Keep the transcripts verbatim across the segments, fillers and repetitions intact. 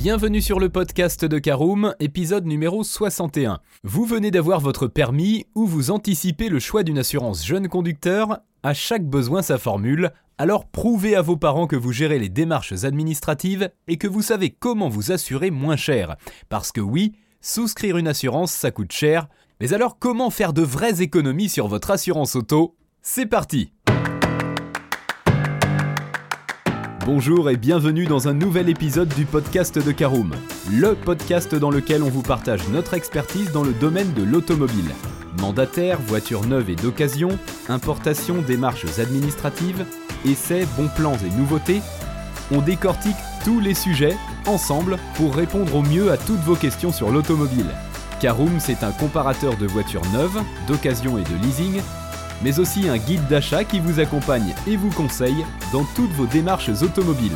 Bienvenue sur le podcast de Caroom, épisode numéro soixante et un. Vous venez d'avoir votre permis ou vous anticipez le choix d'une assurance jeune conducteur? À chaque besoin sa formule, alors prouvez à vos parents que vous gérez les démarches administratives et que vous savez comment vous assurer moins cher. Parce que oui, souscrire une assurance ça coûte cher, mais alors comment faire de vraies économies sur votre assurance auto? C'est parti! Bonjour et bienvenue dans un nouvel épisode du podcast de Caroom, le podcast dans lequel on vous partage notre expertise dans le domaine de l'automobile. Mandataire, voitures neuves et d'occasion, importation, démarches administratives, essais, bons plans et nouveautés, on décortique tous les sujets ensemble pour répondre au mieux à toutes vos questions sur l'automobile. Caroom, c'est un comparateur de voitures neuves, d'occasion et de leasing, mais aussi un guide d'achat qui vous accompagne et vous conseille dans toutes vos démarches automobiles.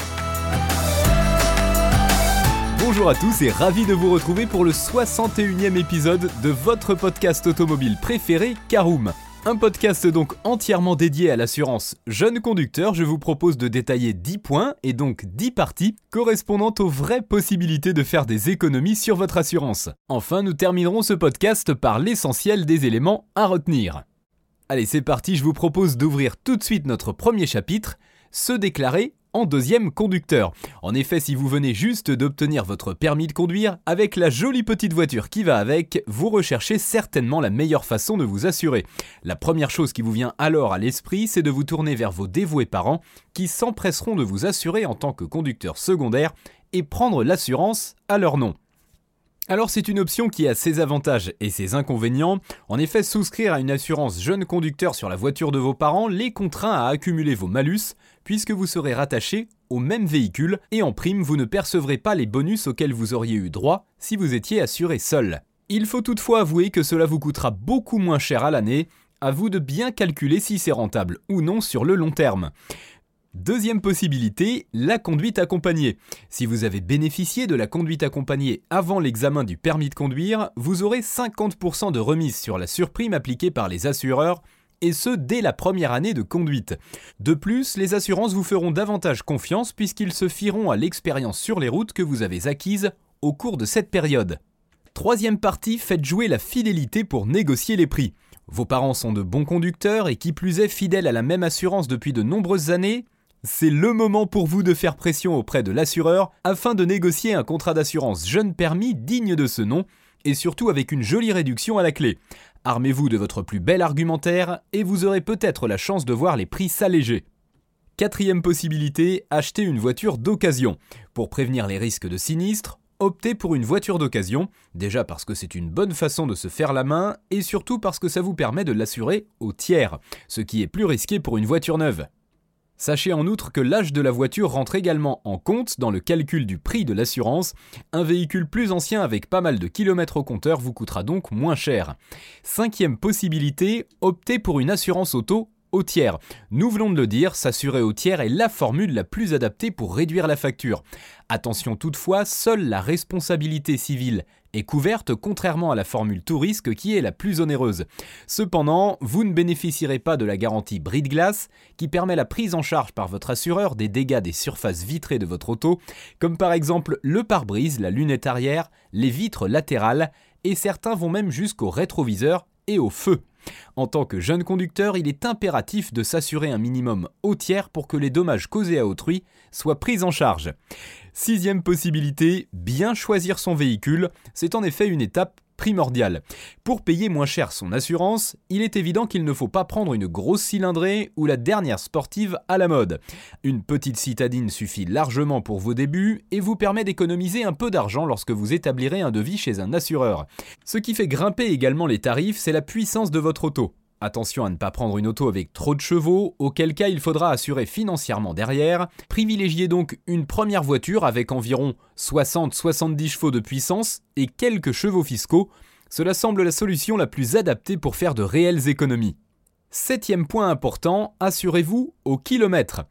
Bonjour à tous et ravi de vous retrouver pour le soixante et unième épisode de votre podcast automobile préféré, Caroom. Un podcast donc entièrement dédié à l'assurance jeune conducteur. Je vous propose de détailler dix points et donc dix parties correspondant aux vraies possibilités de faire des économies sur votre assurance. Enfin, nous terminerons ce podcast par l'essentiel des éléments à retenir. Allez, c'est parti, je vous propose d'ouvrir tout de suite notre premier chapitre, se déclarer en deuxième conducteur. En effet, si vous venez juste d'obtenir votre permis de conduire, avec la jolie petite voiture qui va avec, vous recherchez certainement la meilleure façon de vous assurer. La première chose qui vous vient alors à l'esprit, c'est de vous tourner vers vos dévoués parents qui s'empresseront de vous assurer en tant que conducteur secondaire et prendre l'assurance à leur nom. Alors c'est une option qui a ses avantages et ses inconvénients. En effet, souscrire à une assurance jeune conducteur sur la voiture de vos parents les contraint à accumuler vos malus puisque vous serez rattaché au même véhicule et en prime, vous ne percevrez pas les bonus auxquels vous auriez eu droit si vous étiez assuré seul. Il faut toutefois avouer que cela vous coûtera beaucoup moins cher à l'année, à vous de bien calculer si c'est rentable ou non sur le long terme. Deuxième possibilité, la conduite accompagnée. Si vous avez bénéficié de la conduite accompagnée avant l'examen du permis de conduire, vous aurez cinquante pour cent de remise sur la surprime appliquée par les assureurs, et ce dès la première année de conduite. De plus, les assurances vous feront davantage confiance puisqu'ils se fieront à l'expérience sur les routes que vous avez acquise au cours de cette période. Troisième partie, faites jouer la fidélité pour négocier les prix. Vos parents sont de bons conducteurs et qui plus est fidèles à la même assurance depuis de nombreuses années. C'est le moment pour vous de faire pression auprès de l'assureur afin de négocier un contrat d'assurance jeune permis digne de ce nom et surtout avec une jolie réduction à la clé. Armez-vous de votre plus bel argumentaire et vous aurez peut-être la chance de voir les prix s'alléger. Quatrième possibilité, acheter une voiture d'occasion. Pour prévenir les risques de sinistre, optez pour une voiture d'occasion, déjà parce que c'est une bonne façon de se faire la main et surtout parce que ça vous permet de l'assurer au tiers, ce qui est plus risqué pour une voiture neuve. Sachez en outre que l'âge de la voiture rentre également en compte dans le calcul du prix de l'assurance. Un véhicule plus ancien avec pas mal de kilomètres au compteur vous coûtera donc moins cher. Cinquième possibilité, optez pour une assurance auto au tiers. Nous venons de le dire, s'assurer au tiers est la formule la plus adaptée pour réduire la facture. Attention toutefois, seule la responsabilité civile est couverte contrairement à la formule tout risque qui est la plus onéreuse. Cependant, vous ne bénéficierez pas de la garantie bris de glace qui permet la prise en charge par votre assureur des dégâts des surfaces vitrées de votre auto, comme par exemple le pare-brise, la lunette arrière, les vitres latérales et certains vont même jusqu'au rétroviseur et au feu. En tant que jeune conducteur, il est impératif de s'assurer un minimum au tiers pour que les dommages causés à autrui soient pris en charge. Sixième possibilité, bien choisir son véhicule, c'est en effet une étape primordiale. Pour payer moins cher son assurance, il est évident qu'il ne faut pas prendre une grosse cylindrée ou la dernière sportive à la mode. Une petite citadine suffit largement pour vos débuts et vous permet d'économiser un peu d'argent lorsque vous établirez un devis chez un assureur. Ce qui fait grimper également les tarifs, c'est la puissance de votre auto. Attention à ne pas prendre une auto avec trop de chevaux, auquel cas il faudra assurer financièrement derrière. Privilégiez donc une première voiture avec environ soixante à soixante-dix chevaux de puissance et quelques chevaux fiscaux. Cela semble la solution la plus adaptée pour faire de réelles économies. Septième point important, assurez-vous au kilomètre.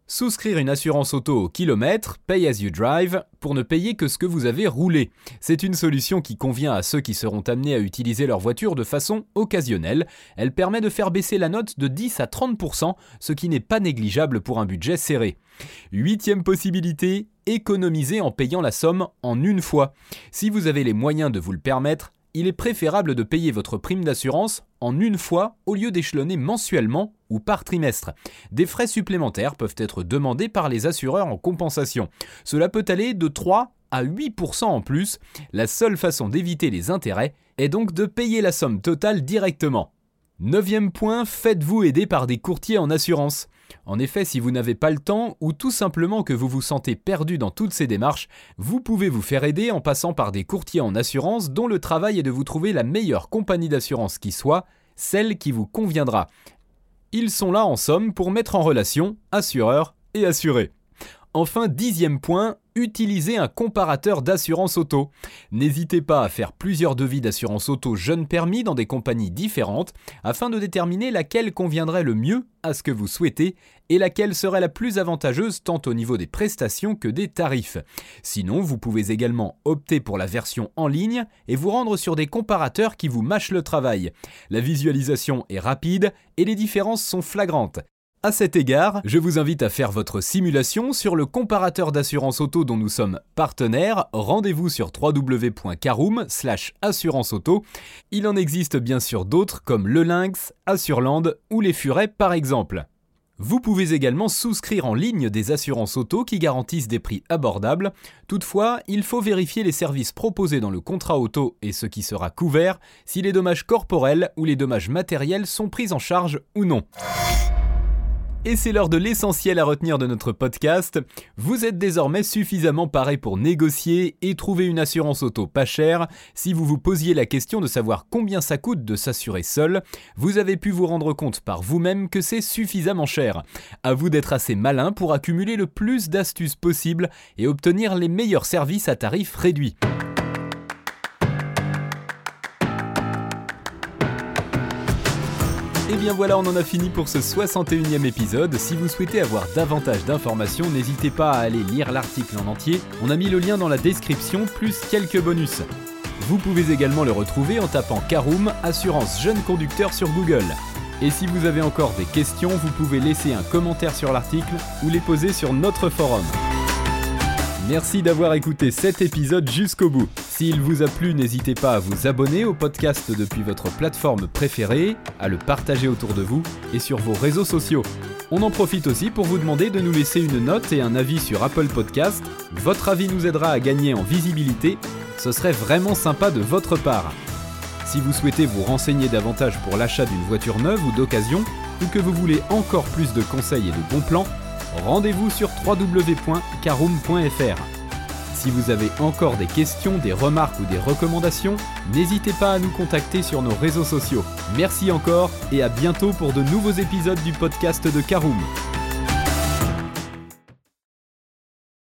Souscrire une assurance auto au kilomètre, Pay as you drive, pour ne payer que ce que vous avez roulé. C'est une solution qui convient à ceux qui seront amenés à utiliser leur voiture de façon occasionnelle. Elle permet de faire baisser la note de dix à trente pour cent, ce qui n'est pas négligeable pour un budget serré. Huitième possibilité, économiser en payant la somme en une fois. Si vous avez les moyens de vous le permettre, il est préférable de payer votre prime d'assurance en une fois au lieu d'échelonner mensuellement ou par trimestre. Des frais supplémentaires peuvent être demandés par les assureurs en compensation. Cela peut aller de trois à huit pour cent en plus. La seule façon d'éviter les intérêts est donc de payer la somme totale directement. Neuvième point, faites-vous aider par des courtiers en assurance. En effet, si vous n'avez pas le temps ou tout simplement que vous vous sentez perdu dans toutes ces démarches, vous pouvez vous faire aider en passant par des courtiers en assurance dont le travail est de vous trouver la meilleure compagnie d'assurance qui soit, celle qui vous conviendra. Ils sont là en somme pour mettre en relation assureurs et assurés. Enfin, dixième point, utilisez un comparateur d'assurance auto. N'hésitez pas à faire plusieurs devis d'assurance auto jeunes permis dans des compagnies différentes afin de déterminer laquelle conviendrait le mieux à ce que vous souhaitez et laquelle serait la plus avantageuse tant au niveau des prestations que des tarifs. Sinon, vous pouvez également opter pour la version en ligne et vous rendre sur des comparateurs qui vous mâchent le travail. La visualisation est rapide et les différences sont flagrantes. À cet égard, je vous invite à faire votre simulation sur le comparateur d'assurance auto dont nous sommes partenaires. Rendez-vous sur w w w point caroom slash assurance auto. Il en existe bien sûr d'autres comme le Lynx, Assurland ou les Furets par exemple. Vous pouvez également souscrire en ligne des assurances auto qui garantissent des prix abordables. Toutefois, il faut vérifier les services proposés dans le contrat auto et ce qui sera couvert, si les dommages corporels ou les dommages matériels sont pris en charge ou non. Et c'est l'heure de l'essentiel à retenir de notre podcast. Vous êtes désormais suffisamment paré pour négocier et trouver une assurance auto pas chère. Si vous vous posiez la question de savoir combien ça coûte de s'assurer seul, vous avez pu vous rendre compte par vous-même que c'est suffisamment cher. À vous d'être assez malin pour accumuler le plus d'astuces possible et obtenir les meilleurs services à tarif réduit. Et bien voilà, on en a fini pour ce soixante et unième épisode. Si vous souhaitez avoir davantage d'informations, n'hésitez pas à aller lire l'article en entier. On a mis le lien dans la description, plus quelques bonus. Vous pouvez également le retrouver en tapant Caroom, assurance jeune conducteur sur Google. Et si vous avez encore des questions, vous pouvez laisser un commentaire sur l'article ou les poser sur notre forum. Merci d'avoir écouté cet épisode jusqu'au bout. S'il vous a plu, n'hésitez pas à vous abonner au podcast depuis votre plateforme préférée, à le partager autour de vous et sur vos réseaux sociaux. On en profite aussi pour vous demander de nous laisser une note et un avis sur Apple Podcast. Votre avis nous aidera à gagner en visibilité. Ce serait vraiment sympa de votre part. Si vous souhaitez vous renseigner davantage pour l'achat d'une voiture neuve ou d'occasion, ou que vous voulez encore plus de conseils et de bons plans, rendez-vous sur w w w point caroom point f r. Si vous avez encore des questions, des remarques ou des recommandations, n'hésitez pas à nous contacter sur nos réseaux sociaux. Merci encore et à bientôt pour de nouveaux épisodes du podcast de Caroom.